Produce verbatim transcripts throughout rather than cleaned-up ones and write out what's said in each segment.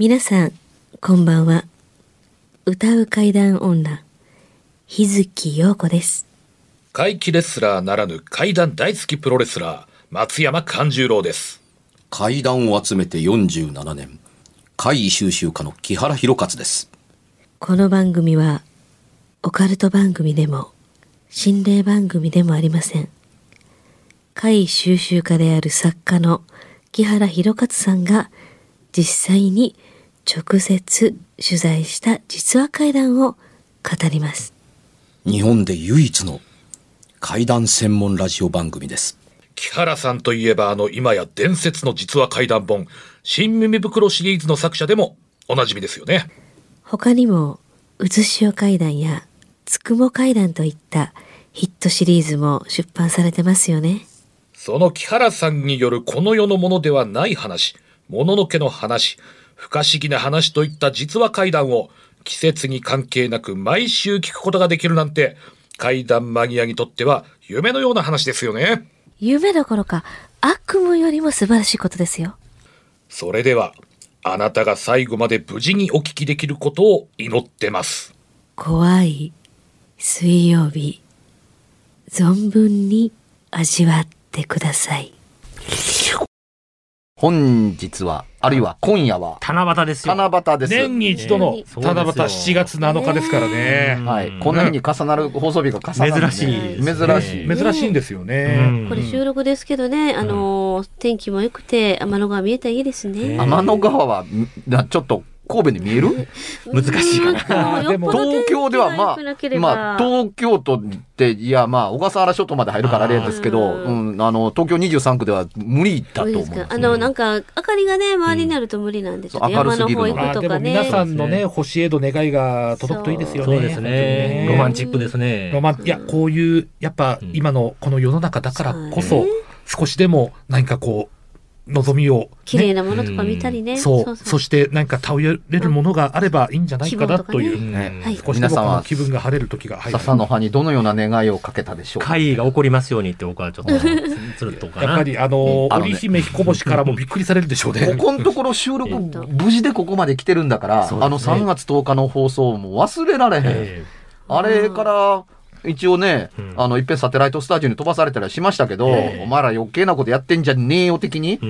皆さんこんばんは。歌う怪談女日月陽子です。 怪奇レスラーならぬ怪談大好きプロレスラー松山勘十郎です。 怪談を集めてよんじゅうななねん、怪異収集家の木原博勝です。 この番組はオカルト番組でも心霊番組でもありません。怪異収集家である作家の木原博勝さんが実際に直接取材した実話怪談を語ります。 日本で唯一の怪談専門ラジオ番組です。 木原さんといえばあの今や伝説の実話怪談本新耳袋シリーズの作者でもおなじみですよね。 他にもうずしお怪談やつくも怪談といったヒットシリーズも出版されてますよね。 その木原さんによるこの世のものではない話、もののけの話、不可思議な話といった実話怪談を季節に関係なく毎週聞くことができるなんて怪談マニアにとっては夢のような話ですよね。 夢どころか悪夢よりも素晴らしいことですよ。 それではあなたが最後まで無事にお聞きできることを祈ってます。 怖い水曜日、存分に味わってください。 本日はあるいは今夜は七夕ですよ。 七夕です。 年に一度の七夕しちがつなのかですからね、 はい、こんな日に重なる放送日が重なる、ね、 珍しいですね。 珍しい珍しいんですよね。 これ収録ですけどね、あのー、天気も良くて天の川見えたらいいですね。 天の川はちょっと神戸に見える難しいかな。でも東京ではまあ、まあ、東京都っていやまあ小笠原諸島まで入るからあれですけど、うん、あの東京にじゅうさんくでは無理だと思うんです、ね、 あのなんか明かりがね周りになると無理なんですよ、うん、山の方行くとかね。 でも皆さんのね星への願いが届くといいですよね。 そうですね。ロマンチックですね。 ロマンいやこういうやっぱ今のこの世の中だからこそ少しでも何かこう望みを、ね、 綺麗なものとか見たりね、 うん、そう、そうそう、そして何か頼れるものがあればいいんじゃないかなという、ね、はい、少しでもこの気分が晴れる時が入る。 笹の葉にどのような願いをかけたでしょうか。 怪異が起こりますようにって僕はちょっとつるっとかな。 やっぱりあの織、ね、姫彦星からもびっくりされるでしょうね。 ここのところ収録無事でここまで来てるんだから、あのさんがつとおかの放送も忘れられへん、えー、あれから一応ね、うん、あの、いっぺんサテライトスタジオに飛ばされたりしましたけど、お前ら余計なことやってんじゃねえよ的に、うん、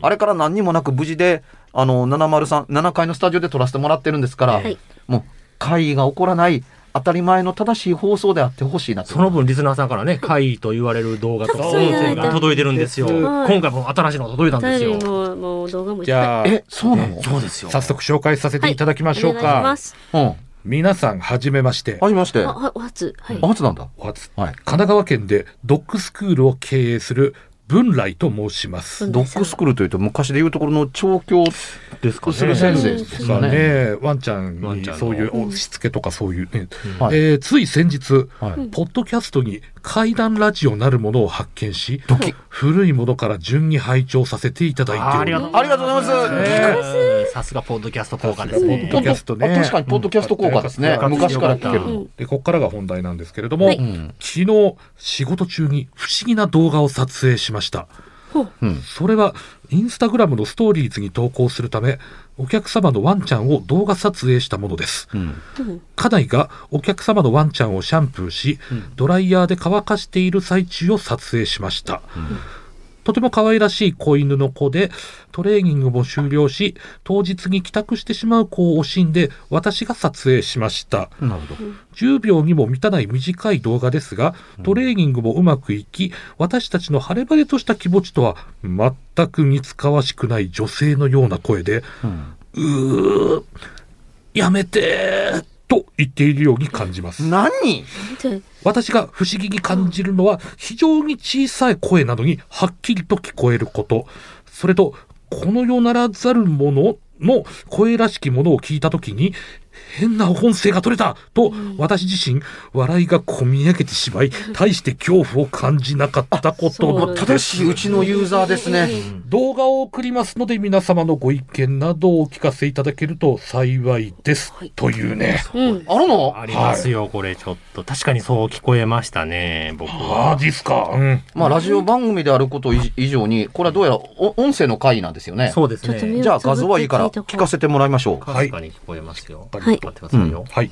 あれから何にもなく無事で、あの、ななまるさん、ななかいのスタジオで撮らせてもらってるんですから、はい、もう、怪異が起こらない、当たり前の正しい放送であってほしいなと。 その分リスナーさんからね、怪異と言われる動画とか音声が届いてるんですよ。今回も新しいのが届いたんですよ。 もう、もう動画もじゃあ、 え、そうなの、 えー、そうですよ。 早速紹介させていただきましょうか。はい、お願いします。うん。皆さんはじめまして。 はじめまして。 あ、お初。はい。 お初なんだ。 お初。はい。神奈川県でドッグスクールを経営する文来と申します。 ドッグスクールというと昔でいうところの調教ですかね。する先生ですかね。 ねワンちゃんにそういうしつけとかそういう、ねうんはいえー、つい先日、はい、ポッドキャストに怪談ラジオなるものを発見し、うん、古いものから順に拝聴させていただいております。 ありがとうございます。 えー、さすがポッドキャスト効果ですね。 ポッドキャストね。 確かにポッドキャスト効果ですね。うん、昔から聞ける、うん。 でここからが本題なんですけれども、はい、昨日仕事中に不思議な動画を撮影しました。うん、それはインスタグラムのストーリーズに投稿するためお客様のワンちゃんを動画撮影したものです、うん、家内がお客様のワンちゃんをシャンプーし、うん、ドライヤーで乾かしている最中を撮影しました、うん、とても可愛らしい子犬の子でトレーニングも終了し当日に帰宅してしまう子を惜しんで私が撮影しました。なるほど。じゅうびょうにも満たない短い動画ですがトレーニングもうまくいき私たちの晴れ晴れとした気持ちとは全く似つかわしくない女性のような声で、うん、うーやめてーと言っているように感じます。 何？ 私が不思議に感じるのは非常に小さい声なのにはっきりと聞こえること、それとこの世ならざるものの声らしきものを聞いたときに変な音声が取れたと、私自身笑いがこみ上げてしまい、大して恐怖を感じなかったこと正しいうちのユーザーですね。 動画を送りますので、皆様のご意見などをお聞かせいただけると幸いです、はい、というね、 うん、あるのありますよ、はい、これちょっと確かにそう聞こえましたね、僕は。 あですか、うん、 まあラジオ番組であること以上に、これはどうやら音声の回なんですよね。 そうですね。 じゃあ画像はいいから聞かせてもらいましょう。 確かに聞こえますよ。 はい、 待ってくださいよ。 はい。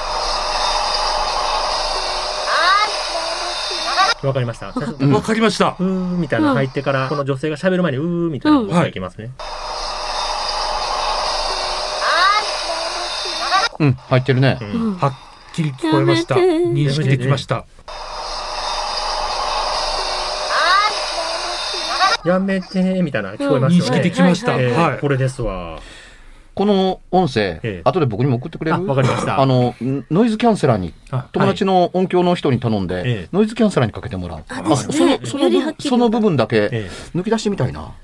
わかりました。 わかりました。 うーみたいな入ってから、この女性が喋る前にうーみたいなのがいきますね。 うん、入ってるね。 はっきり聞こえました。認識できました。 やめてーみたいな聞こえますよね。 認識できました。はい。 これですわ。 この音声、ええ、後で僕にも送ってくれる？ わかりました。 あのノイズキャンセラーに友達の音響の人に頼んで、はい、ノイズキャンセラーにかけてもらう。ああそのその部その部分だけ抜き出してみたいな。 うん、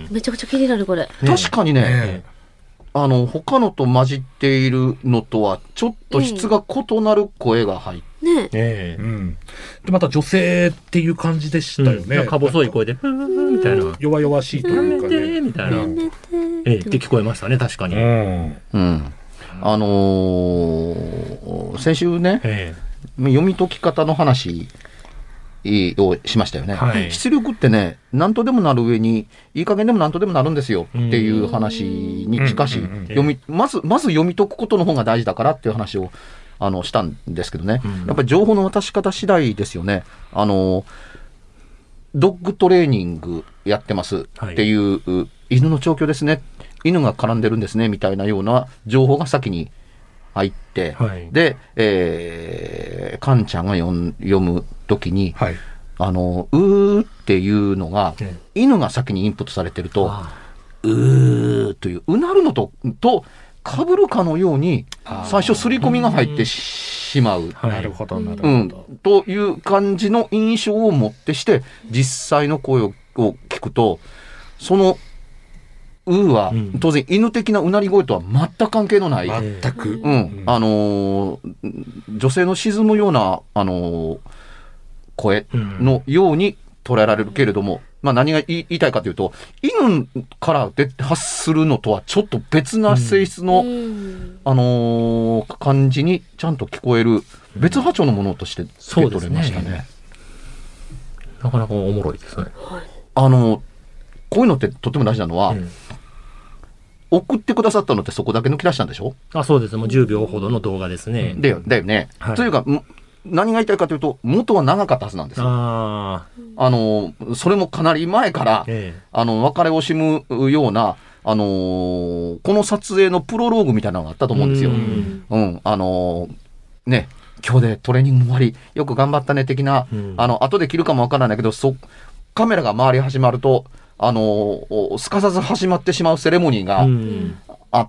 めちゃくちゃ気になるこれ。 確かにね、ええ、あの他のと混じっているのとはちょっと質が異なる声が入って。 ねええ、うん、でまた女性っていう感じでしたよね。 うん、か細い声でふーみたいな、 弱々しいというかね。 やめてみたいな、うん、ええって聞こえましたね、確かに。うん、 うん、あのー、先週ね、ええ、読み解き方の話をしましたよね。はい、出力ってね、何とでもなる上にいい加減でも何とでもなるんですよっていう話に近し、読みまずまず読み解くことの方が大事だからっていう話をあのしたんですけどね、うん、やっぱり情報の渡し方次第ですよね。あのドッグトレーニングやってますっていう、はい、犬の調教ですね、犬が絡んでるんですねみたいなような情報が先に入って、はい、で、えー、カンちゃんが読ん読むときに、はい、あのうーっていうのが、うん、犬が先にインプットされてると、うーといううなるのととかぶるかのように最初刷り込みが入ってしまう。 なるほどなるほど、うん、 という感じの印象をもってして実際の声を聞くと、そのうーは当然犬的なうなり声とは全く関係のない、 全く、 うん、あのー、女性の沈むような、あのー、声のように捉えられるけれども、まあ、何が言いたいかというと、犬から発するのとはちょっと別な性質の、うん、あのー、感じにちゃんと聞こえる別波長のものとして受け取れましたね。うん、ねなかなかおもろいですね。 あのー、こういうのってとても大事なのは、うん、送ってくださったのってそこだけ抜き出したんでしょ？ あ、そうです。もうじゅうびょうほどの動画ですね。 だよ、だよね。はい、というか何が言いたいかというと、元は長かったはずなんですよ。ああのそれもかなり前から、ええ、あの別れ惜しむような、あのー、この撮影のプロローグみたいなのがあったと思うんですよ。うん、うん、あのー、ね、今日でトレーニングも終わり、よく頑張ったね的な、うん、あの後で切るかもわからないけど、そカメラが回り始まると、あのー、すかさず始まってしまうセレモニーがあって、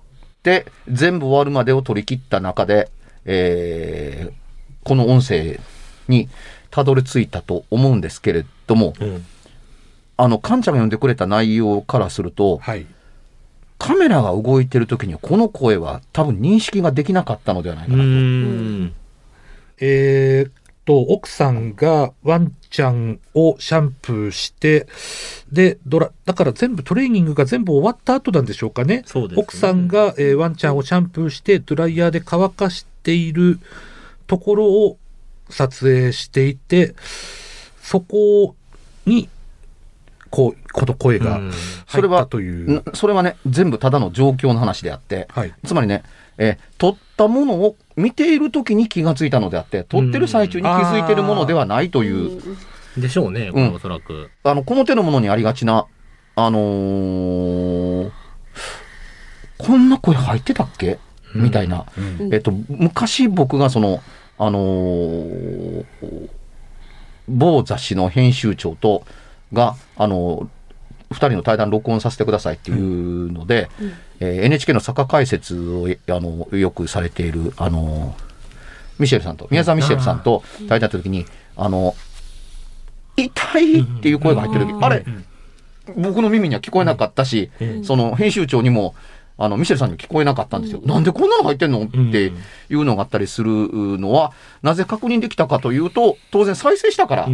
うん、全部終わるまでを取り切った中で、えーこの音声にたどり着いたと思うんですけれども、うん、あのカンちゃんが読んでくれた内容からすると、はい、カメラが動いてる時にはこの声は多分認識ができなかったのではないかなと。うーん、 えー、っと奥さんがワンちゃんをシャンプーしてでドラだから全部トレーニングが全部終わった後なんでしょうかね。そうですね。奥さんが、えー、ワンちゃんをシャンプーしてドライヤーで乾かしているところを撮影していて、そこにこうこの声が入ったという、 それはそれはね全部ただの状況の話であって、はい、つまりね、え撮ったものを見ている時に気がついたのであって、撮ってる最中に気づいているものではないという、 でしょうね、うん、おそらくあのこの手のものにありがちな、あのー、こんな声入ってたっけみたいな、うん、えっと昔僕がそのあのー、某雑誌の編集長とが、あのー、ふたりの対談録音させてくださいっていうので、うんえー、エヌエイチケー のサッカー解説をあのよくされている、あのー、ミシェルさんと宮沢ミシェルさんと対談した時に、あの痛いっていう声が入ってる時、あれ僕の耳には聞こえなかったし、その編集長にもあのミシェルさんに聞こえなかったんですよ、うん、なんでこんなの入ってんのっていうのがあったりするのはなぜ確認できたかというと、当然再生したから、うん、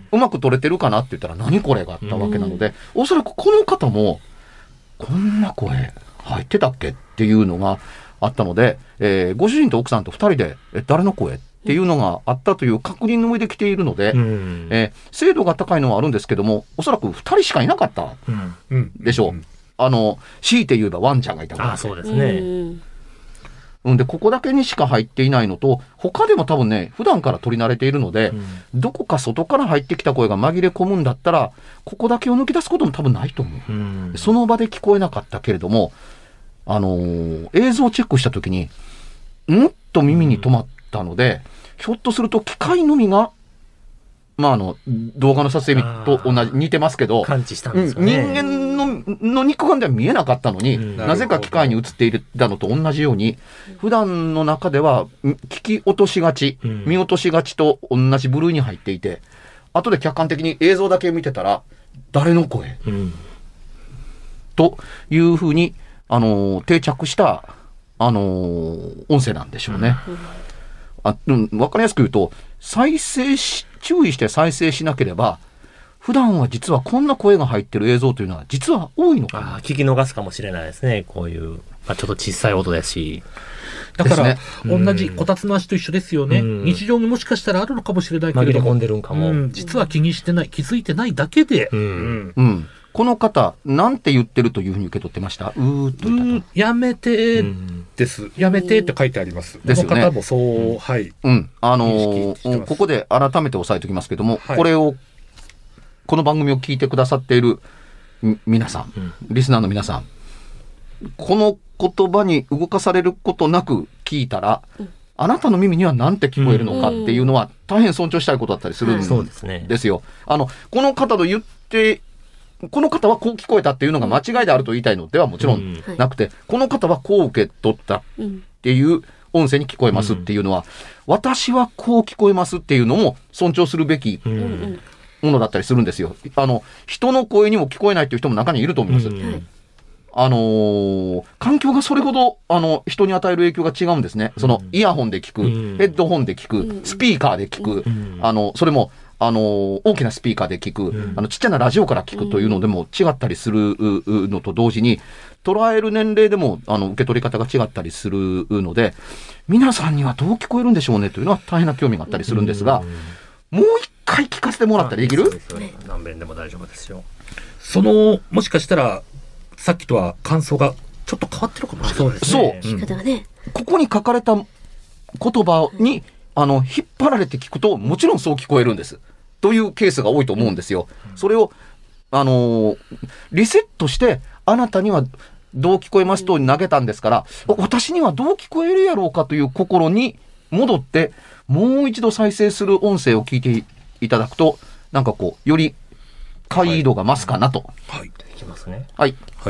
うまく撮れてるかなって言ったら何これがあったわけなので、うん、おそらくこの方もこんな声入ってたっけっていうのがあったので、えー、ご主人と奥さんとふたりでえ誰の声っていうのがあったという確認の上で来ているので、うんえー、精度が高いのはあるんですけども、おそらくふたりしかいなかったでしょう、うんうん、あの強いて言えばワンちゃんがいたから、 あそうですね、 うん、でここだけにしか入っていないのと、他でも多分ね普段から撮り慣れているので、うん、どこか外から入ってきた声が紛れ込むんだったらここだけを抜き出すことも多分ないと思う、うん、その場で聞こえなかったけれども、あのー、映像をチェックした時にんっと耳に止まったので、うん、ひょっとすると機械のみがまあ、あの動画の撮影と同じ似てますけど、 感知したんですよね、 人間 の, の肉眼では見えなかったのに、うん、なぜか機械に映っていたのと同じように、普段の中では聞き落としがち、うん、見落としがちと同じ部類に入っていて、後で客観的に映像だけ見てたら誰の声、うん、というふうに、あのー、定着した、あのー、音声なんでしょうね、うん、あうん、分かりやすく言うと再生し注意して再生しなければ普段は実はこんな声が入ってる映像というのは実は多いのかな。 あ聞き逃すかもしれないですね。こういう、まあ、ちょっと小さい音ですし、 だから、ね、同じこたつの足と一緒ですよね、うん、日常にもしかしたらあるのかもしれないけれども、 紛れ込んでるんかも、 うん、実は気にしてない気づいてないだけで、うんうんうん、この方なんて言ってるというふうに受け取ってました？うーっと言ったと、 やめてです、うん、やめてって書いてあります。ですよね、この方もそう、うん、はい、 うん、あのー、ここで改めて押さえておきますけども、はい、これをこの番組を聞いてくださっている皆さん、うん、リスナーの皆さん、この言葉に動かされることなく聞いたら、うん、あなたの耳には何て聞こえるのかっていうのは大変尊重したいことだったりするんですよ、うんですね、あのこの方の言ってこの方はこう聞こえたっていうのが間違いであると言いたいのではもちろんなくて、うん、この方はこう受け取ったっていう音声に聞こえますっていうのは、うん、私はこう聞こえますっていうのも尊重するべきものだったりするんですよ。あの人の声にも聞こえないっていう人も中にいると思います、うん、あのー、環境がそれほどあの人に与える影響が違うんですね。そのイヤホンで聞く、うん、ヘッドホンで聞く、うん、スピーカーで聞く、うん、あのそれもあの大きなスピーカーで聞く、うん、あのちっちゃなラジオから聞くというのでも違ったりするのと同時に、捉える年齢でもあの受け取り方が違ったりするので、皆さんにはどう聞こえるんでしょうねというのは大変な興味があったりするんですが、うん、もう一回聞かせてもらったらできる？ 何遍でも大丈夫ですよ。 そのもしかしたらさっきとは感想がちょっと変わってるかもしれないですね。 そう、うん、ここに書かれた言葉に、うん、あの引っ張られて聞くともちろんそう聞こえるんですというケースが多いと思うんですよ、うん、それを、あのー、リセットしてあなたにはどう聞こえますと投げたんですから、うん、私にはどう聞こえるやろうかという心に戻ってもう一度再生する音声を聞いていただくと、なんかこうより解度が増すかなと。 はい、はい、いきますね。 はい、 はい、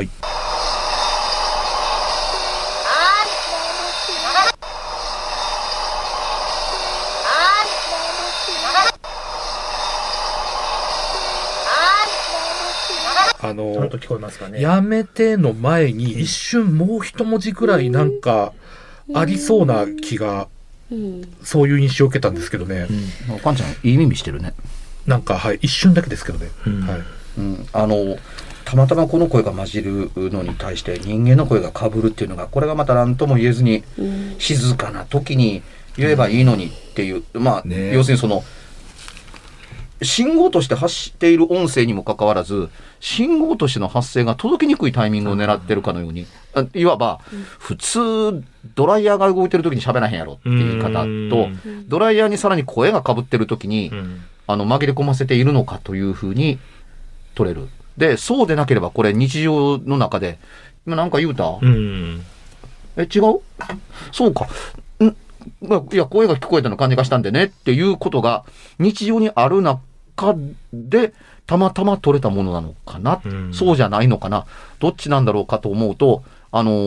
あのちゃんと聞こえますかね。 やめての前に一瞬もう一文字ぐらいなんかありそうな気が、うん、そういう印象を受けたんですけどね、 うん、おかんちゃんいい耳してるね。 なんか、はい、一瞬だけですけどね、うん、はい、 うん、あのたまたまこの声が混じるのに対して人間の声が被るっていうのが、これがまた何とも言えずに、うん、静かな時に言えばいいのにっていう、うん、まあ、ね、要するにその信号として発している音声にもかかわらず、信号としての発生が届きにくいタイミングを狙ってるかのように、いわば普通ドライヤーが動いてる時に喋らへんやろっていう言い方と、ドライヤーにさらに声が被ってる時にあの紛れ込ませているのかというふうに取れる。で、そうでなければこれ日常の中で今なんか言うた、うん、え違うそうかんいや声が聞こえたの感じがしたんでねっていうことが日常にある中でたまたま取れたものなのかな、うん、そうじゃないのかな、どっちなんだろうかと思うと、あの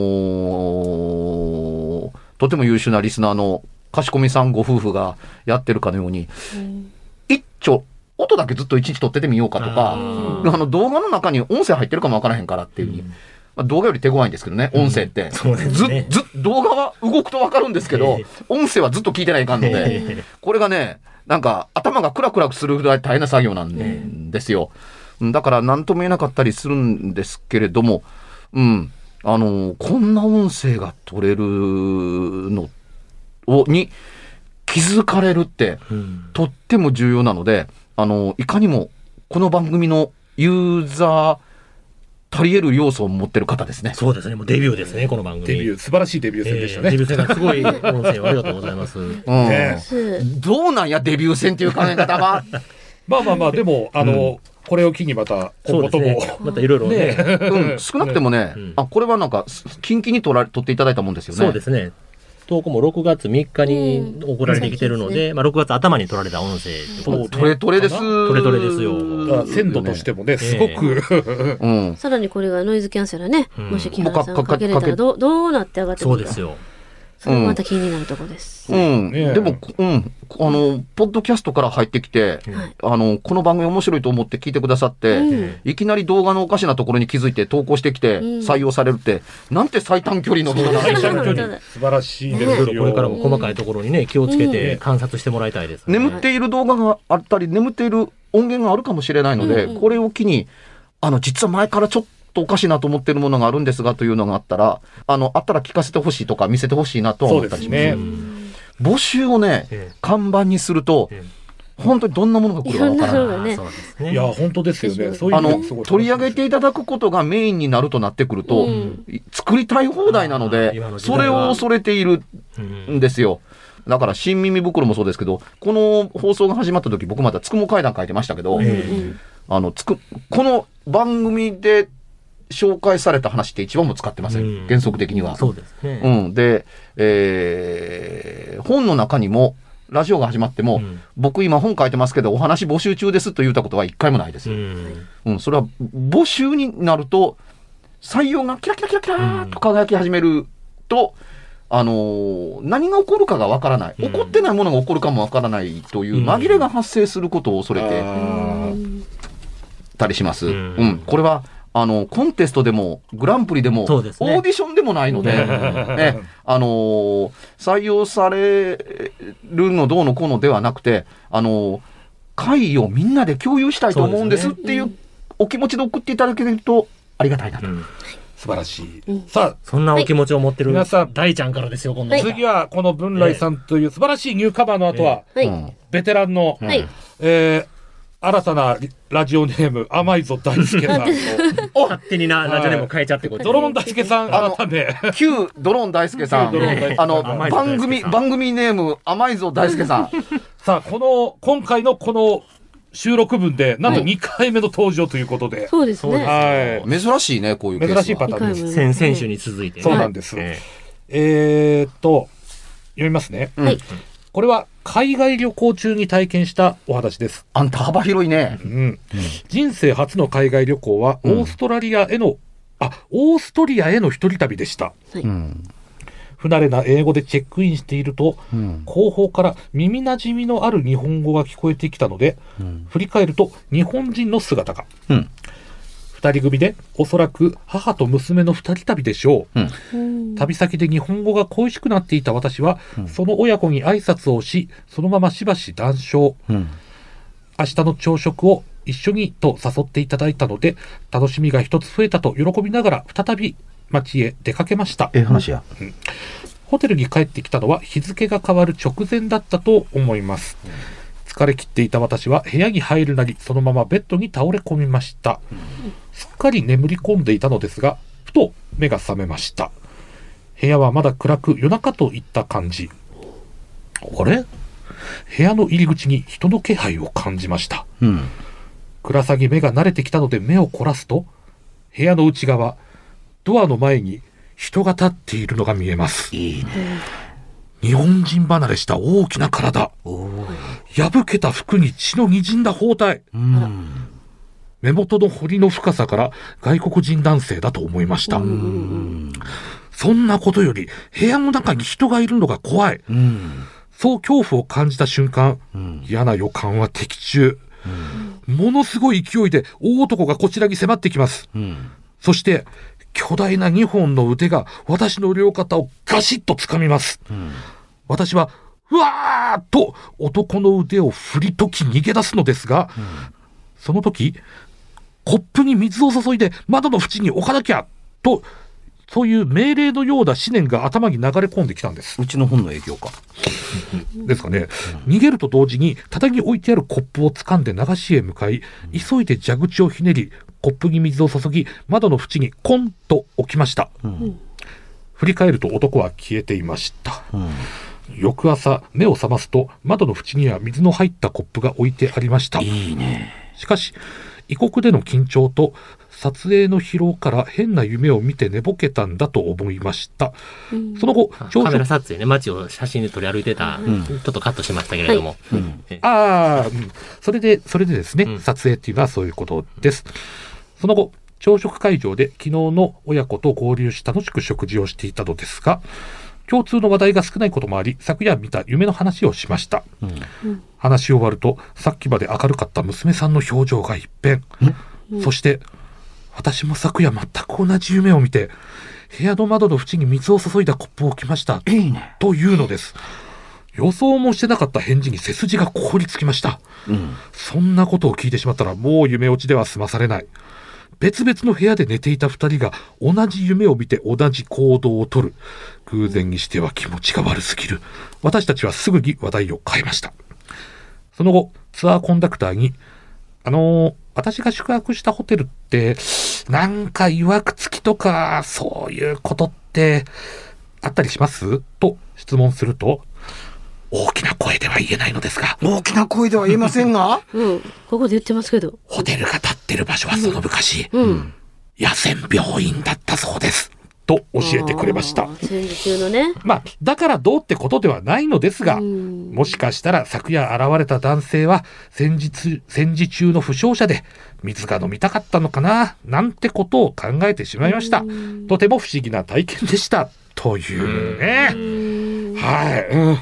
ー、とても優秀なリスナーのかしこみさんご夫婦がやってるかのように、うん、一丁音だけずっと一日撮っててみようかとか、あの動画の中に音声入ってるかもわからへんからっていう風に、 まあ、動画より手強いんですけどね、音声って。うん、そうですね。ず、ず、動画は動くとわかるんですけど、音声はずっと聞いてないかんので、これがね、なんか頭がクラクラするぐらい大変な作業なんですよ。だから何とも言えなかったりするんですけれども、うん。あの、こんな音声が取れるのを、に気づかれるって、うん、とっても重要なので、あの、いかにもこの番組のユーザー、足り得る要素を持ってる方ですね。 そうですね。もうデビューですね、この番組。 デビュー、素晴らしいデビュー戦でしたね。 えー、デビュー戦がすごい音声をありがとうございます。うん。 ね、どうなんや、デビュー戦っていう考え方は。 まあまあまあ、でも、あの、うん、これを機にまた、今後とも、ね、 またいろいろね、 うん。少なくてもね、うん、あ、これはなんか、近々に取ら取っていただいたもんですよね。 そうですね。投稿もろくがつみっかに送られてきてるので、うんね、まあろくがつ頭に取られた音声ってことですね。 トレトレです。 トレトレですよ。 鮮度としてもね、すごく、えーうん。さらにこれがノイズキャンセラーね、うん、もし木原さんがかけれたらどう、どうなって上がってくるか。 そうですよ。 それもまた気になるところです。 うん。うん、でも、うん。あの、ポッドキャストから入ってきて、うん、あの、この番組面白いと思って聞いてくださって、うん、いきなり動画のおかしなところに気づいて投稿してきて、採用されるって、うん、なんて最短距離の人だ。最短距離。素晴らしいですよ。 これからも細かいところにね、気をつけて観察してもらいたいです、 ね。眠っている動画があったり、眠っている音源があるかもしれないので、うんうん、これを機に、あの、実は前からちょっと、おかしいなと思っているものがあるんですがというのがあったら、あの、あったら聞かせてほしいとか見せてほしいなと思ったりします。そうですね。募集をね、ええ、看板にすると、ええ、本当にどんなものが来るかわからない。 ね、いや、本当ですよね。そういうあの、取り上げていただくことがメインになるとなってくると、うん、作りたい放題なので、それを恐れているんですよ。だから新耳袋もそうですけど、この放送が始まった時僕またつくも階段書いてましたけど、ええ、あのつくこの番組で紹介された話って一番も使ってません、うん、原則的には。 そうですね。 うん、で、えー、本の中にもラジオが始まっても、うん、僕今本書いてますけどお話募集中ですと言ったことは一回もないですよ。うん、うん、それは募集になると採用がキラキラキラキラと輝き始めると、うん、あのー、何が起こるかがわからない、起こってないものが起こるかもわからないという紛れが発生することを恐れてたりします。うん、うん、これはあのコンテストでもグランプリでも、ね、オーディションでもないので、ね、あのー、採用されるのどうのこうのではなくて、あのー、会をみんなで共有したいと思うんですっていうお気持ちで送っていただけるとありがたいなと、うん、 素晴らしい、 うん、さあそんなお気持ちを持ってる皆さん大ちゃんからですよ。今度次はこの文来さんという素晴らしいニューカマーの後は、えーはい、ベテランの、はい、えー新たなラジオネーム甘いぞ大輔さんと勝手になラジオネーム変えちゃってことドローン大輔さん改め旧ドローン大輔さんあの番組番組ネーム甘いぞ大輔さんさあこの今回のこの収録分でなんとにかいめの登場ということで、はい、 そうですね、 はい、珍しいねこういうケースは珍しいパターンです。 先々週に続いて、ね、 そうなんです、はい、えー、っと読みますね、はい、これは海外旅行中に体験したお話です。 あんた幅広いね、 うんうん、人生初の海外旅行はオーストラリアへの、うん、あオーストリアへの一人旅でした、はい、うん、不慣れな英語でチェックインしていると、うん、後方から耳なじみのある日本語が聞こえてきたので、うん、振り返ると日本人の姿が、うん、二人組でおそらく母と娘の二人旅でしょう、うん、旅先で日本語が恋しくなっていた私は、うん、その親子に挨拶をしそのまましばし談笑、うん、明日の朝食を一緒にと誘っていただいたので楽しみが一つ増えたと喜びながら再び街へ出かけました。 ええ話や、 うん、ホテルに帰ってきたのは日付が変わる直前だったと思います、うん、疲れ切っていた私は部屋に入るなりそのままベッドに倒れ込みました、うん、すっかり眠り込んでいたのですがふと目が覚めました。部屋はまだ暗く夜中といった感じ。あれ？部屋の入り口に人の気配を感じました、うん、暗さに目が慣れてきたので目を凝らすと部屋の内側ドアの前に人が立っているのが見えます。いいね。日本人離れした大きな体、破けた服に血の滲んだ包帯、うん、目元の彫りの深さから外国人男性だと思いました。うん、そんなことより部屋の中に人がいるのが怖い、うん、そう恐怖を感じた瞬間、うん、嫌な予感は的中、うん、ものすごい勢いで大男がこちらに迫ってきます、うん、そして巨大なにほんの腕が私の両肩をガシッと掴みます。うん、私は、うわーっと男の腕を振り解き逃げ出すのですが、うん、その時、コップに水を注いで窓の縁に置かなきゃと、そういう命令のような思念が頭に流れ込んできたんです。 うちの本の影響か。 ですかね。うん、逃げると同時に棚に置いてあるコップを掴んで流しへ向かい、急いで蛇口をひねり、コップに水を注ぎ、窓の縁にコンと置きました。うん、振り返ると男は消えていました。うん、翌朝、目を覚ますと、窓の縁には水の入ったコップが置いてありました。 いいね。 しかし、異国での緊張と撮影の疲労から変な夢を見て寝ぼけたんだと思いました。うん、その後、 カメラ撮影ね、街を写真で撮り歩いてた、うん、ちょっとカットしましたけれども。はいうん、 ああ、それで、それでですね、うん、撮影っていうのはそういうことです。その後、朝食会場で昨日の親子と合流し楽しく食事をしていたのですが、共通の話題が少ないこともあり、昨夜見た夢の話をしました。うん、話し終わると、さっきまで明るかった娘さんの表情が一変。うん、そして、私も昨夜全く同じ夢を見て、部屋の窓の縁に水を注いだコップを置きました。 いいね。 というのです。予想もしてなかった返事に背筋が凍りつきました。うん、そんなことを聞いてしまったら、もう夢落ちでは済まされない。別々の部屋で寝ていた二人が同じ夢を見て同じ行動をとる。偶然にしては気持ちが悪すぎる。私たちはすぐに話題を変えました。その後、ツアーコンダクターに、あのー、私が宿泊したホテルって、なんか曰く付きとか、そういうことってあったりしますと質問すると、大きな声では言えないのですが。 大きな声では言えませんがうん、ここで言ってますけど。 ホテルが建ってる場所はその昔、うん、野戦病院だったそうです。と教えてくれました。 戦時中のね。 まあ、だからどうってことではないのですが、もしかしたら昨夜現れた男性は戦時、戦時中の負傷者で水が飲みたかったのかな、なんてことを考えてしまいました。とても不思議な体験でした。というね。はい。うん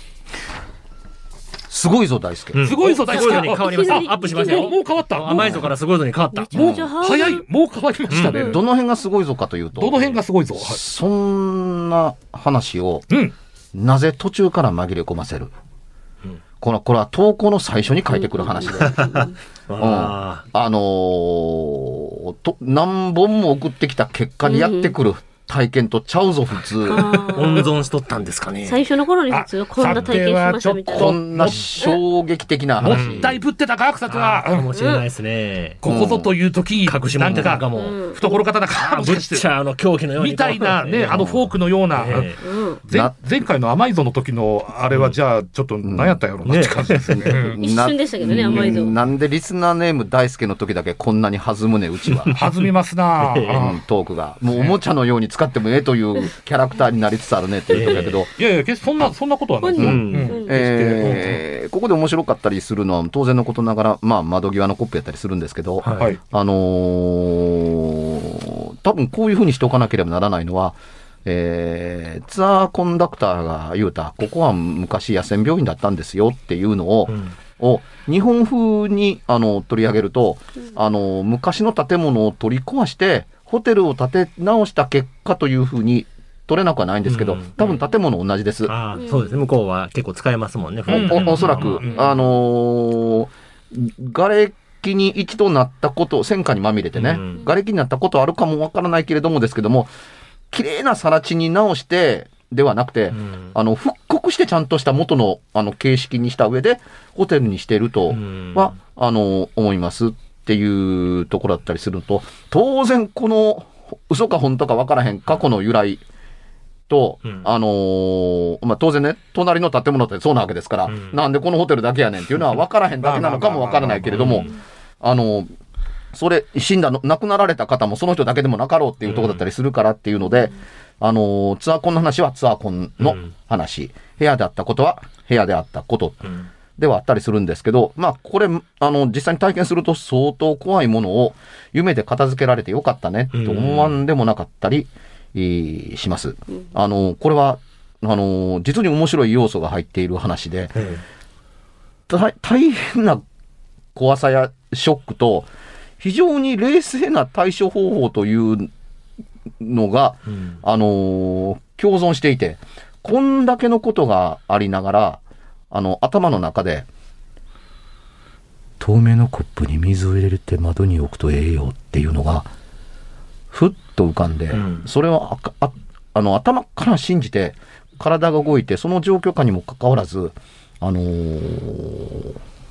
すごいぞ大輔、 うん、すごいぞ大輔に変わりました。アップしましたよ。 もう変わった。 甘いぞからすごいぞに変わった。 もう早い。もう変わりましたね、 うん、どの辺がすごいぞかというと、 どの辺がすごいぞ、はい、 そんな話を、うん、なぜ途中から紛れ込ませる、うん、このこれは投稿の最初に書いてくる話で、うんうん、あのー、と何本も送ってきた結果にやってくる、うん体験とちゃうぞ普通。 温存しとったんですかね。 最初の頃に普通こんな体験しましたみたいな。 こんな衝撃的な話。 もったいぶってたか草津は。 かもしれないですね。 ここぞという時に隠し物なんかも懐刀かブッチャーの狂気のようにみたいなね、あのフォークのような。前回の甘いぞの時のあれはじゃあちょっと何やったんやろうなって感じですね。 一瞬でしたけどね甘いぞ。 なんでリスナーネーム大輔の時だけこんなに弾むねうちは。 弾みますな。 トークがもうおもちゃのように使ってもええという。キャラクターになりつつあるねっていうことだけど、 えー、いやいや決してそんなそんなことはないですよ、うんうんえー、ここで面白かったりするのは当然のことながら、まあ、窓際のコップやったりするんですけど、はい、あのー、多分こういうふうにしておかなければならないのは、えー、ツアーコンダクターが言うたここは昔野戦病院だったんですよっていうのを、うんを日本風にあの取り上げると、あの昔の建物を取り壊してホテルを建て直した結果というふうに取れなくはないんですけど、うん、多分建物同じです。 あそうですね。向こうは結構使えますもんね。 お, おそらく、うん、あのー、瓦礫に一度なったこと戦火にまみれてね、うん、瓦礫になったことあるかもわからないけれどもですけども綺麗な更地に直してではなくて、うん、あの復刻してちゃんとした元のあの形式にした上でホテルにしているとは、うん、あの思いますっていうところだったりすると当然この嘘か本当か分からへん過去の由来と、うんあのーまあ、当然ね隣の建物ってそうなわけですから、うん、なんでこのホテルだけやねんっていうのは分からへんだけなのかも分からないけれどもあのそれ死んだの亡くなられた方もその人だけでもなかろうっていうところだったりするからっていうので、うんあのツアーコンの話はツアーコンの話、うん、部屋であったことは部屋であったことではあったりするんですけど、まあこれあの実際に体験すると相当怖いものを夢で片付けられてよかったねと思わんでもなかったり、うん、します。あのこれはあの実に面白い要素が入っている話で、うん、大, 大変な怖さやショックと非常に冷静な対処方法というのが、うん、あのー、共存していて、こんだけのことがありながら、あの、頭の中で、透明のコップに水を入れて窓に置くとええよっていうのが、ふっと浮かんで、うん、それをあああの頭から信じて、体が動いて、その状況下にもかかわらず、あのー、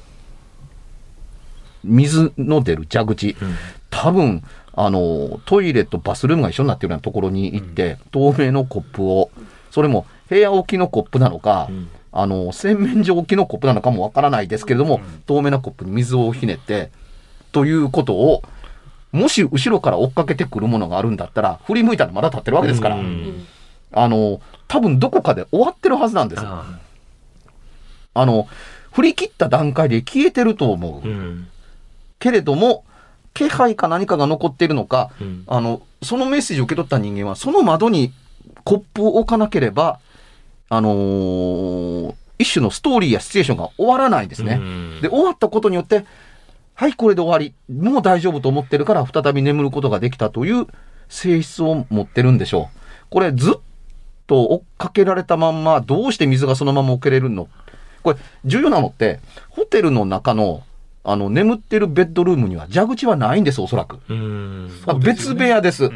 水の出る蛇口、うん、多分、あのー、トイレとバスルームが一緒になっているようなところに行って、うん、透明のコップを、それも部屋置きのコップなのか、うん、あのー、洗面所置きのコップなのかもわからないですけれども、うん、透明なコップに水をひねって、ということを、もし後ろから追っかけてくるものがあるんだったら、振り向いたらまだ立ってるわけですから、うん、あの、多分どこかで終わってるはずなんです。あ, あの、振り切った段階で消えてると思う。うん、けれども、気配か何かが残っているのか、うん、あの、そのメッセージを受け取った人間は、その窓にコップを置かなければ、あのー、一種のストーリーやシチュエーションが終わらないんですね。うん、で、終わったことによって、はい、これで終わり。もう大丈夫と思ってるから、再び眠ることができたという性質を持ってるんでしょう。これ、ずっと追っかけられたまんま、どうして水がそのまま置けれるの？これ、重要なのって、ホテルの中の、あの、眠ってるベッドルームには蛇口はないんです、おそらく。うーん、別部屋です。うん、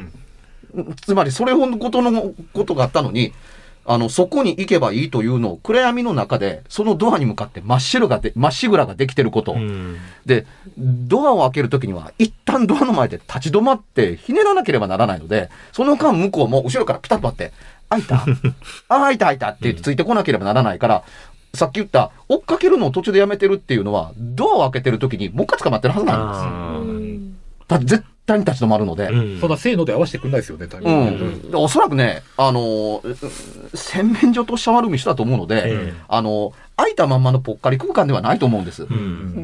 つまり、それほどことのことがあったのに、あの、そこに行けばいいというのを暗闇の中で、そのドアに向かって真っ白がで、真っしぐらができてること。で、ドアを開けるときには、一旦ドアの前で立ち止まってひねらなければならないので、その間向こうも後ろからピタッと待って、開いたあ、開いた開いたって言ってついてこなければならないから、さっき言った追っかけるのを途中でやめてるっていうのは、ドアを開けてるときにもう一回捕まってるはずなんです。だ絶対に立ち止まるので、 うん、そんなせーので合わせてくんないですよね、多分。 うん、おそらくね、あのー、洗面所とシャワールーム一緒だと思うので、うん、あのー、開いたまんまのぽっかり空間ではないと思うんです。うん、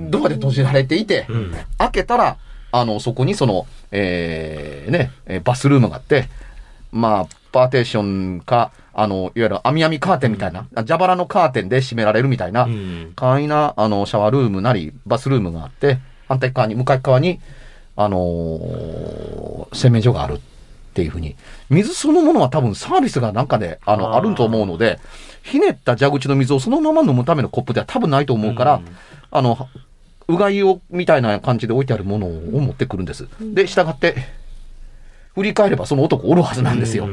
ドアで閉じられていて、うん、開けたら、あの、そこにその、えー、ね、バスルームがあって、まあ、パーテーションか、あの、いわゆる網網カーテンみたいな、うん、蛇腹のカーテンで閉められるみたいな、うん、簡易な、あの、シャワールームなり、バスルームがあって、反対側に、向かい側に、あのー、洗面所があるっていうふうに、水そのものは多分サービスがなんかで、あの、あると思うので、ひねった蛇口の水をそのまま飲むためのコップでは多分ないと思うから、うん、あの、うがいをみたいな感じで置いてあるものを持ってくるんです。で、従って、振り返ればその男おるはずなんですよ。うん、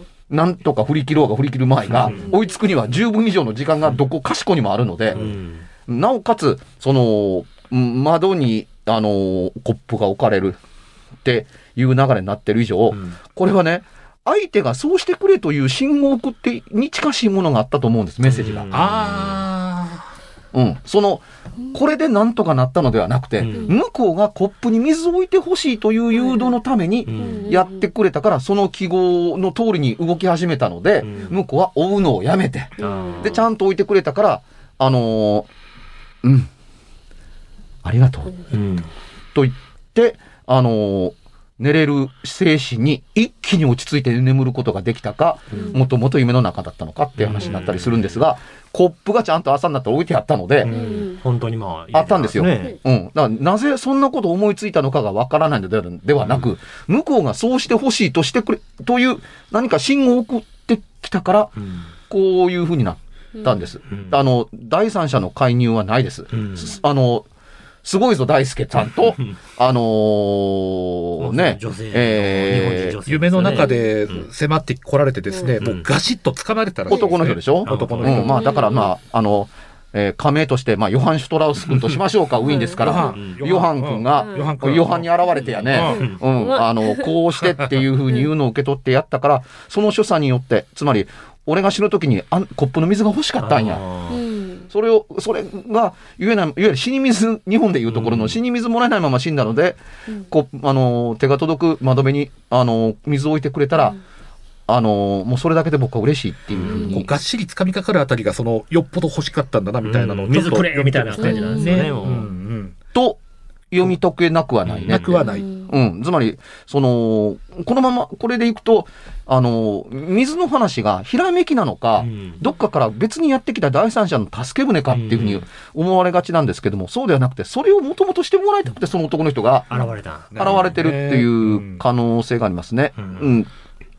なんとか振り切ろうが振り切る前が、追いつくには十分以上の時間がどこかしこにもあるので、うん、なおかつ、その、窓に、あのー、コップが置かれるっていう流れになってる以上、うん、これはね、相手がそうしてくれという信号を送ってに近しいものがあったと思うんです、メッセージが。うん、あうん。その、これでなんとかなったのではなくて、うん、向こうがコップに水を置いてほしいという誘導のためにやってくれたから、その記号の通りに動き始めたので、うん、向こうは追うのをやめて、うん、で、ちゃんと置いてくれたから、あのー、うん。ありがとう、うん、と言ってあのー、寝れる精神に一気に落ち着いて眠ることができたか、うん、もともと夢の中だったのかっていう話になったりするんですが、うん、コップがちゃんと朝になって置いてあったので、うん、 本当にまああったんですよ、ねうん、だからなぜそんなことを思いついたのかがわからないのではなく、うん、向こうがそうしてほしいとしてくれという何か信号を送ってきたから、うん、こういうふうになったんです、うん、あの第三者の介入はないです、うん、あのすごいぞ大輔さんとあのー、ね、 えー、夢の中で迫ってこられてですね、うん、もうガシッと掴まれたらしいですね、 男の人でしょ、 男の人、 うん、まあだからまああの、えー、仮名としてまあヨハン・シュトラウス君としましょうか、ウィーンですから、ヨハン君がヨハンに現れてやね、うんうん、あのこうしてっていうふうに言うのを受け取ってやったから、その所作によってつまり俺が死ぬ時にあコップの水が欲しかったんや。それを、それが、いわゆる死に水、日本でいうところの死に水もらえないまま死んだので、うん、こあの手が届く窓辺にあの水を置いてくれたら、うん、あのもうそれだけで僕は嬉しいっていうふうに、 うん、がっしり掴みかかるあたりがそのよっぽど欲しかったんだなみたいなのを、 うん、水くれみたいな感じなんですね。うんうんうん、と読み解けなくはないね。 なくはない。 うん。つまり、その、このまま、これでいくと、あの、水の話がひらめきなのか、うん、どっかから別にやってきた第三者の助け舟かっていうふうに思われがちなんですけども、そうではなくて、それをもともとしてもらいたくて、その男の人が、 現れた。 現れてるっていう可能性がありますね。うん。うん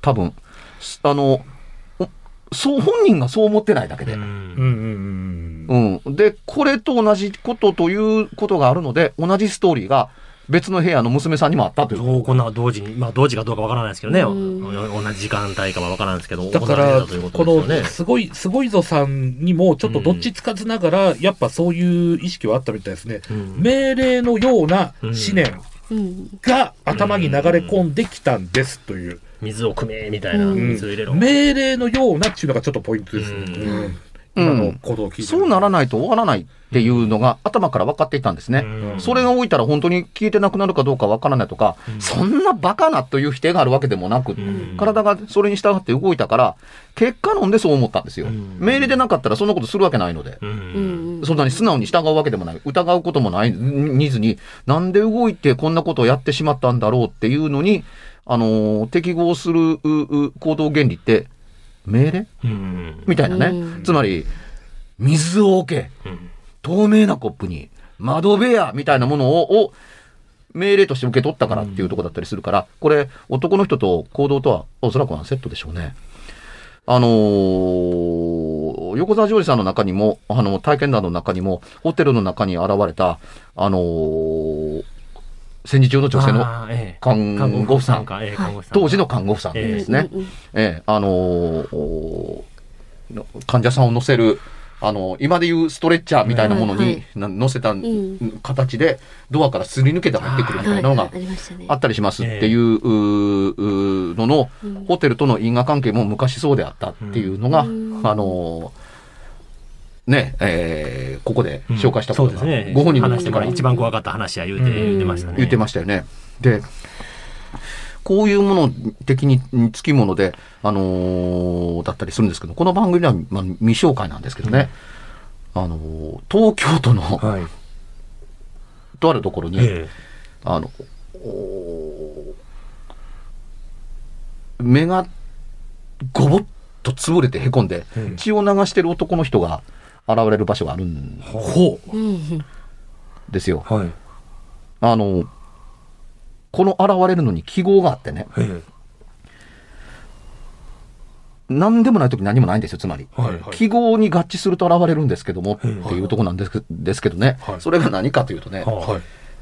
多分あのそう本人がそう思ってないだけで、うんうんうん、でこれと同じことということがあるので、同じストーリーが別の部屋の娘さんにもあったという。 そうこんな同時に、まあ同時かどうかわからないですけどね、同じ時間帯かはわからないですけど、 だからこのすごいすごいぞさんにもちょっとどっちつかずながら、うん、やっぱそういう意識はあったみたいですね、うん、命令のような思念が頭に流れ込んできたんですという、 水を汲めみたいな、うん、水を入れろ、 命令のようなっていうのがちょっとポイントです、うんうん今のことを聞いて、そうならないと終わらないっていうのが頭から分かっていたんですね、うん、それが置いたら本当に消えてなくなるかどうか分からないとか、うん、そんなバカなという否定があるわけでもなく、うん、体がそれに従って動いたから結果論でそう思ったんですよ、うん、命令でなかったらそんなことするわけないので、うん、そんなに素直に従うわけでもない、疑うこともないにずに、なんで動いてこんなことをやってしまったんだろうっていうのに、あのー、適合する行動原理って命令、うん、みたいなね、うん、つまり水を置け、うん、透明なコップに窓辺やみたいなものを、を命令として受け取ったからっていうところだったりするから、うん、これ男の人と行動とはおそらくはセットでしょうね。あのー、横澤ジョージさんの中にも、あの体験談の中にも、ホテルの中に現れたあのー戦時中の女性の看護婦さん、ええ、当時の看護婦さんですね、ええええ、あのー、患者さんを乗せる、あのー、今でいうストレッチャーみたいなものに乗せた形でドアからすり抜けて入ってくるみたいなのがあったりしますっていうのの、ホテルとの因果関係も昔そうであったっていうのが、あのーねえー、ここで紹介したことが、うんね、ご本人の話してから一番怖かった話は言うて、言ってましたね。 言ってましたよね。で、こういうもの的につきもので、あのー、だったりするんですけど、この番組では、まあ、未紹介なんですけどね、うん、あのー、東京都の、はい、とあるところに、えー、あの目がごぼっと潰れてへこんで、うん、血を流してる男の人が現れる場所があるんですよ。はい、あのこの現れるのに記号があってね、何でもない時何もないんですよ。つまり、はいはい、記号に合致すると現れるんですけどもっていうところなんです、ですけどね、はい、それが何かというとね、はい、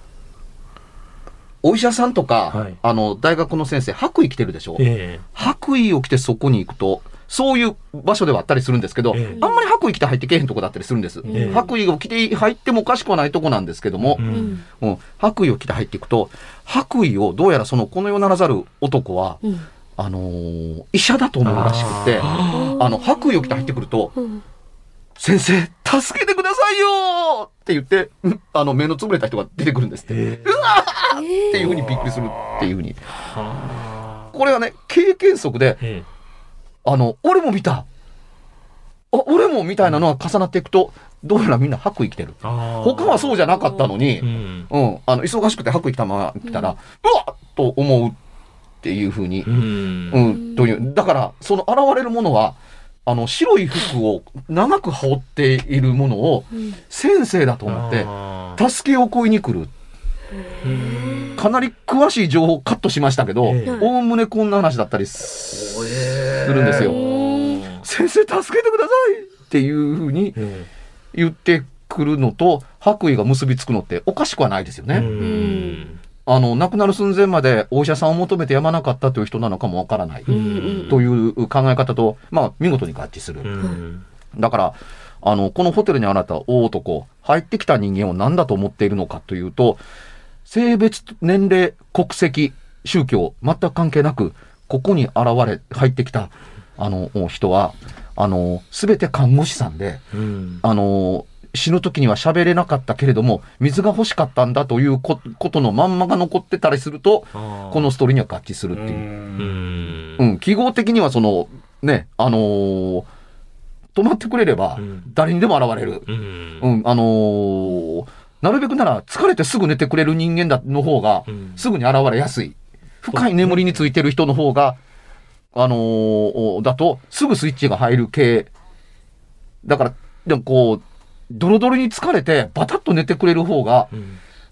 お医者さんとか、はい、あの大学の先生白衣着てるでしょ、えー、白衣を着てそこに行くとそういう場所ではあったりするんですけど、えー、あんまり白衣着て入ってけえへんとこだったりするんです、えー、白衣を着て入ってもおかしくはないとこなんですけども、うんうん、白衣を着て入っていくと、白衣をどうやらそのこの世ならざる男は、うん、あのー、医者だと思うらしくて、ああの白衣を着て入ってくると、うん、先生助けてくださいよって言ってあの目のつぶれた人が出てくるんですって、えー、うわーっていうふうにびっくりするっていうふうに、これはね経験則で、えーあの俺も見た、あ俺もみたいなのが重なっていくと、どうやらみんな白衣着てる。他はそうじゃなかったのに、うんうん、あの忙しくて白衣着たまま来たら、うん、うわっと思うっていうふうに、うんうん、というだからその現れるものはあの白い服を長く羽織っているものを先生だと思って助けを請いに来る。かなり詳しい情報をカットしましたけど、おおむねこんな話だったりするんですよ。先生助けてくださいっていうふうに言ってくるのと白衣が結びつくのっておかしくはないですよね。あの亡くなる寸前までお医者さんを求めてやまなかったという人なのかもわからないという考え方と、まあ、見事に合致する。だからあのこのホテルにあなた大男入ってきた人間を何だと思っているのかというと、性別、年齢、国籍、宗教全く関係なくここに現れ入ってきたあの人はあの全て看護師さんで、うん、あの死ぬ時には喋れなかったけれども水が欲しかったんだというこ、ことのまんまが残ってたりするとこのストーリーには合致するっていう、うんうん、記号的にはそのねあのー、止まってくれれば誰にでも現れる、うんうん、あのーなるべくなら疲れてすぐ寝てくれる人間だの方がすぐに現れやすい、うん、深い眠りについてる人の方があのー、だとすぐスイッチが入る系だから、でもこうドロドロに疲れてバタッと寝てくれる方が、うん、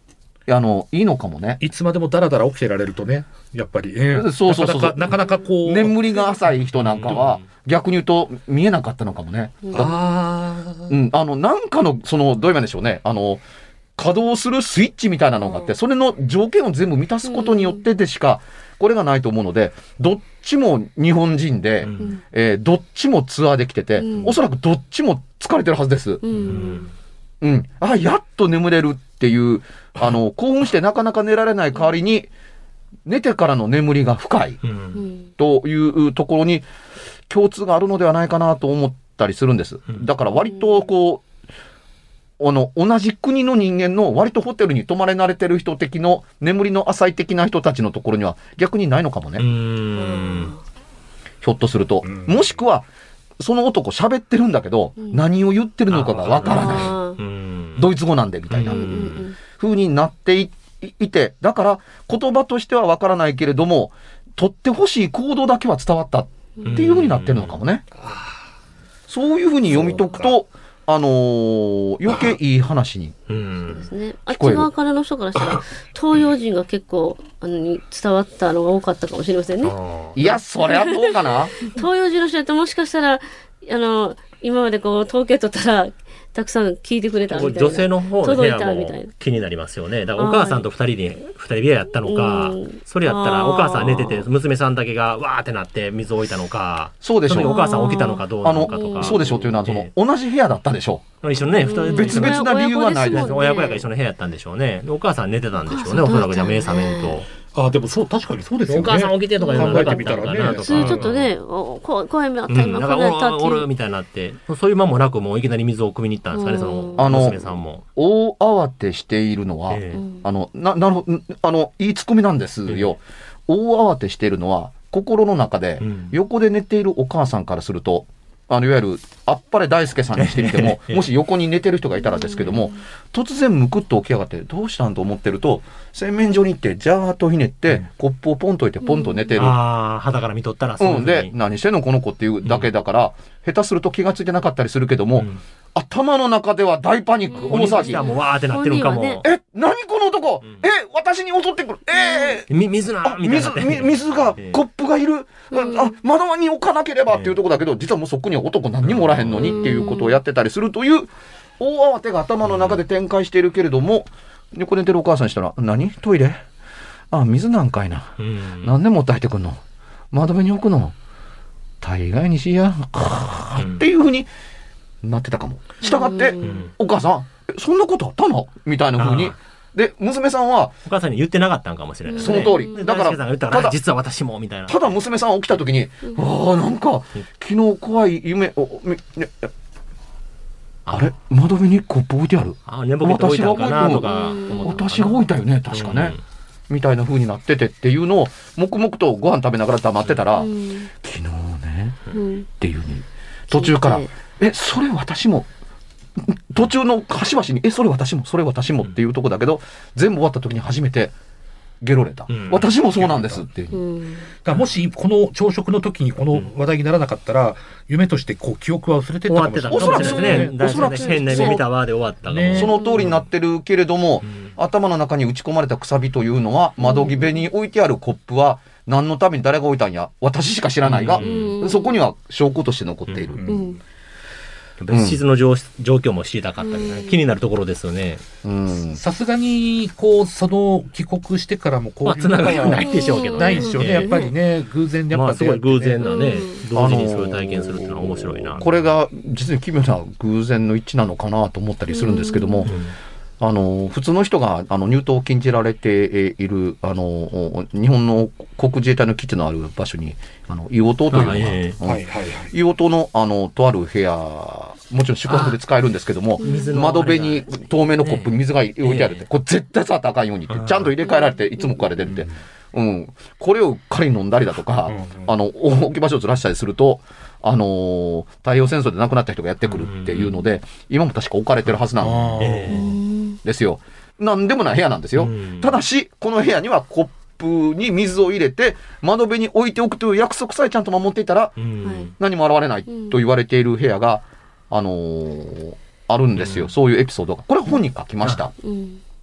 あのいいのかもね。 いつまでもだらだら起きてられるとね、やっぱり、えー、 そうそうそうそう、 なかなかこう眠りが浅い人なんかは、うん、逆に言うと見えなかったのかもね。 うん、あうん、あのなんかのそのどういう意味でしょうね、あの稼働するスイッチみたいなのがあって、それの条件を全部満たすことによってでしかこれがないと思うので、どっちも日本人で、うんえー、どっちもツアーできてて、うん、おそらくどっちも疲れてるはずです。うんうん、あやっと眠れるっていうあの興奮してなかなか寝られない代わりに寝てからの眠りが深い、うん、というところに共通があるのではないかなと思ったりするんです。だから割とこうあの同じ国の人間の割とホテルに泊まれ慣れてる人的の眠りの浅い的な人たちのところには逆にないのかもね。うーんひょっとすると、もしくはその男喋ってるんだけど、うん、何を言ってるのかがわからない。ドイツ語なんでみたいな風になっていて、だから言葉としてはわからないけれども、取ってほしい行動だけは伝わったっていう風になってるのかもね。そういう風に読み解くと、あのー、余計いい話にそうですね。あっち側からの人からしたら東洋人が結構あのに伝わったのが多かったかもしれませんね。 いやそりゃどうかな。 東洋人の人だともしかしたらあの今までこう統計取ったらたくさん聞いてくれたみたいな、 女性の方の部屋も気になりますよね。だからお母さんとふたりでふたり部屋やったのか、それやったらお母さん寝てて娘さんだけがわーってなって水を置いたのか、 そうでしょう、 お母さん起きたのかどうなのかとか。 そうでしょうというのはその、えー、同じ部屋だったでしょう。 一緒にね、二人別々な理由はないです。 親子やが一緒の部屋やったんでしょうね。お母さん寝てたんでしょうね、おそらくじゃ目覚めんと。 あでもそう確かにそうですよね。 お母さん起きてとかいうのなかったのかなとか。 普通ちょっとね、怖い目あった、今こうやったっていう。 みたいになって、そういう間もなくもういきなり水を汲みに行ったんですかね、その娘さんも。 大慌てしているのは、えー、あのななるほどあのいいツッコミなんですよ。えー、大慌てしているのは心の中で、うん、横で寝ているお母さんからすると。あのいわゆるあっぱれ大輔さんにしてみてももし横に寝てる人がいたらですけども、突然むくっと起き上がってどうしたんと思ってると洗面所に行ってジャーッとひねって、うん、コップをポンと置いてポンと寝てる、うん、 ああ肌から見とったらそういううん、で何してんのこの子っていうだけだから、うん、下手すると気がついてなかったりするけども、うん、頭の中では大パニック、大騒ぎ、 もうわーってなってるかも、ね、 え何この男、うん、え私に襲ってくる、えー、 水なみたいな、 水, 水が、えー、コップがいる、うん、あ窓に置かなければっていうところだけど、実はもうそこには男何にもおらへんのにっていうことをやってたりするという大慌てが頭の中で展開しているけれども、横寝てるお母さんにしたら何トイレあ水なんかいな、うん、何で持って入ってくんの窓辺に置くの大概にしや、うん、っていうふうになってたかも。したがって、うん、お母さんそんなことあったのみたいなふうにで娘さんはお母さんに言ってなかったんかもしれない、ね、 その通りだから、 ただ実は私もみたいな、 ただ娘さん起きた時に、うん、ああなんか昨日怖い夢を、ね、あれ窓辺にコップ置いてある、 あ寝ぼけて置いたんかなとか私が置いたよね確かね、うん、みたいな風になっててっていうのを黙々とご飯食べながら黙ってたら、うん、昨日ね、うん、っていう風に途中からえそれ私も途中の端々にえそれ私もそれ私もっていうとこだけど、うん、全部終わった時に初めてゲロれた、うん、私もそうなんですっていう、うん、 だもしこの朝食の時にこの話題にならなかったら、うん、夢としてこう記憶は忘れてたかもしれない。 おそらくそうね、 おそらく変な夢見たわで終わったね、その通りになってるけれども、うん、頭の中に打ち込まれたくさびというのは、窓際に置いてあるコップは何のために誰が置いたんや私しか知らないが、うん、そこには証拠として残っている、うんうん別室の 状,、うん、状況も知りたかったり、ね、気になるところですよね。 さすがにこうその帰国してからもこういうつながりはないでしょうけどね。 ないでしょうね、やっぱりね偶然でやっぱ、ね、まあ、すごい偶然なね、同時にそういう体験するっていうのは面白いな。 これが実に奇妙な偶然の一致なのかなと思ったりするんですけども、うんあの普通の人があの入島を禁じられているあの日本の航空自衛隊の基地のある場所にあの硫黄島というのが、えーうんはいはいはい、硫黄島のあのとある部屋もちろん宿泊で使えるんですけども窓辺に透明のコップに水が置いてあるって、えー、これ絶対触ったらあかんようにってちゃんと入れ替えられていつもここから出るって、うんうん、これをうっかり飲んだりだとか、うんうん、あの置き場所をずらしたりするとあのー、太平洋戦争で亡くなった人がやってくるっていうので、うんうん、今も確か置かれてるはずなんですよ。なんでもない部屋なんですよ、うん、ただしこの部屋にはコップに水を入れて窓辺に置いておくという約束さえちゃんと守っていたら、うん、何も現れないと言われている部屋が、あのー、あるんですよ、うん、そういうエピソードがこれ本に書きました、うん、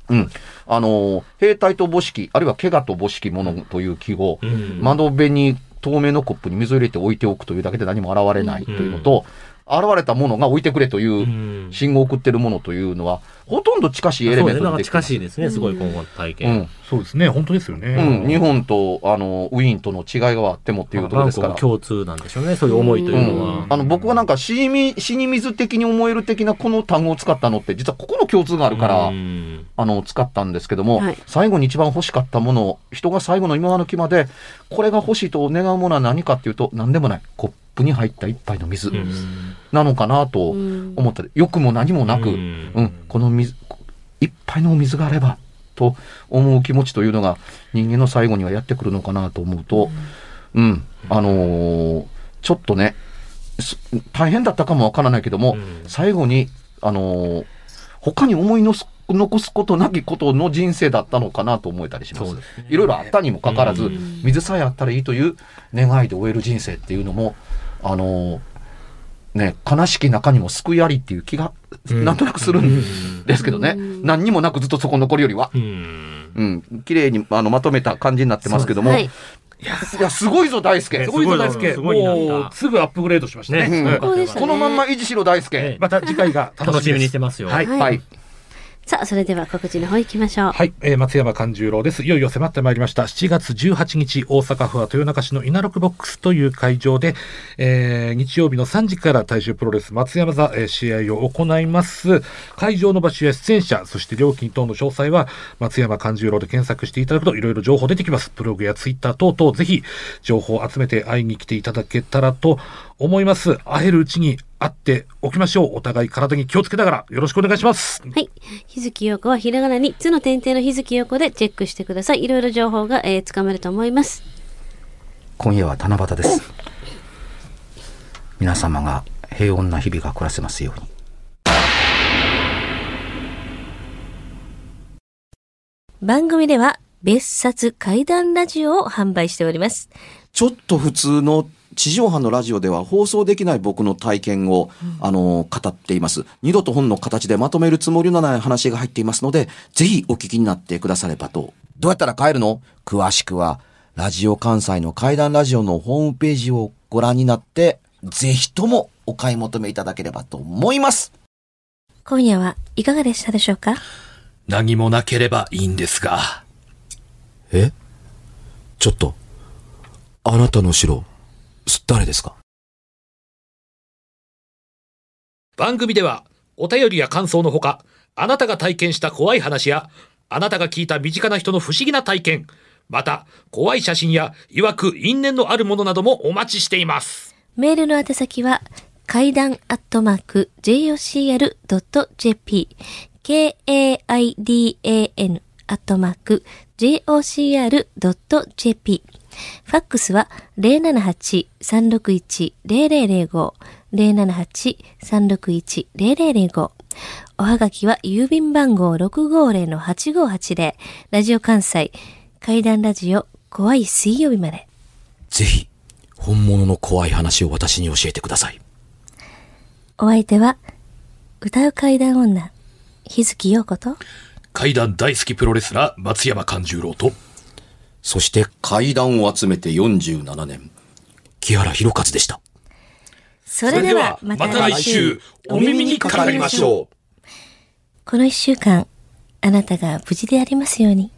うん。あの、兵隊と母式、あるいは怪我と母式ものという記号、うん、窓辺に透明のコップに水を入れて置いておくというだけで何も現れないというのと、うん、現れたものが置いてくれという信号を送ってるものというのは、ほとんど近しいエレメントでできてます。 近しいですね、すごい今後の体験。 うん、そうですね、本当ですよね。 うん、日本とあのウィーンとの違いがあってもっていうところですから。 共通なんでしょうね、そういう思いというのは。 うん、あの僕はなんか死に、死に水的に思える的なこの単語を使ったのって、実はここの共通があるから、あの使ったんですけども、はい、最後に一番欲しかったもの、人が最後の今の木まで、これが欲しいと願うものは何かっていうと、何でもない。コップに入った一杯の水なのかなと思った。欲も何もなく、うん、この水、一杯のお水があればと思う気持ちというのが人間の最後にはやってくるのかなと思うと、うん、あのー、ちょっとね、大変だったかもわからないけども、最後に、あのー、他に思いのす残すことなきことの人生だったのかなと思えたりします。そうですね、いろいろあったにもかかわらず、水さえあったらいいという願いで終える人生っていうのも、あのーね、悲しき中にも救いありっていう気がなんとなくするんですけどね、うん、何にもなくずっとそこ残るよりは、うんうん、綺麗にあのまとめた感じになってますけども、はい、いや, いやすごいぞ大輔、 すごいぞ大輔、もうすぐアップグレードしましたね、ね、 うん、このまんま維持しろ大輔、 ね、また次回が楽しみにしてますよ。 はい、はい、さあそれでは告知の方行きましょう。 はい、えー、松山勘十郎です。いよいよ迫ってまいりました。しちがつじゅうはちにち、大阪府は豊中市の稲六ボックスという会場で、えー、日曜日のさんじから大衆プロレス松山座、えー、試合を行います。会場の場所や出演者、そして料金等の詳細は松山勘十郎で検索していただくといろいろ情報出てきます。ブログやツイッター等々ぜひ情報を集めて会いに来ていただけたらと思います。会えるうちに会っておきましょう。お互い体に気をつけながらよろしくお願いします。 はい。日月陽子はひらがなにつの点々の日月陽子でチェックしてください。いろいろ情報が、えー、つかめると思います。 今夜は七夕です。皆様が平穏な日々が暮らせますように。 番組では別冊怪談ラジオを販売しております。 ちょっと普通の地上波のラジオでは放送できない僕の体験を、うん、あの語っています。二度と本の形でまとめるつもりのない話が入っていますので、ぜひお聞きになってくださればと。どうやったら帰るの？詳しくはラジオ関西の怪談ラジオのホームページをご覧になって、ぜひともお買い求めいただければと思います。 今夜はいかがでしたでしょうか？ 何もなければいいんですが。 え？ちょっと、あなたの城誰ですか？ 番組ではお便りや感想のほか、あなたが体験した怖い話やあなたが聞いた身近な人の不思議な体験、また怖い写真や曰く因縁のあるものなどもお待ちしています。 メールの宛先は怪談アットマーク ジェイオーシーエルドットジェーピー ケーエーアイディーエーエヌ アットマーク ジェイオーシーアールドットジェーピー。ファックスは ゼロななはち さんろくいち ゼロゼロゼロご ゼロななはち さんろくいち ゼロゼロゼロご。おはがきは郵便番号 ろくごゼロのはちごはちゼロ ラジオ関西怪談ラジオ怖い水曜日まで。 ぜひ本物の怖い話を私に教えてください。 お相手は歌う怪談女日月陽子と怪談大好きプロレスラー松山勘十郎と、 そして怪談を集めてよんじゅうななねん、木原博一でした。 それではまた来週お耳にかかりましょう。 この一週間あなたが無事でありますように。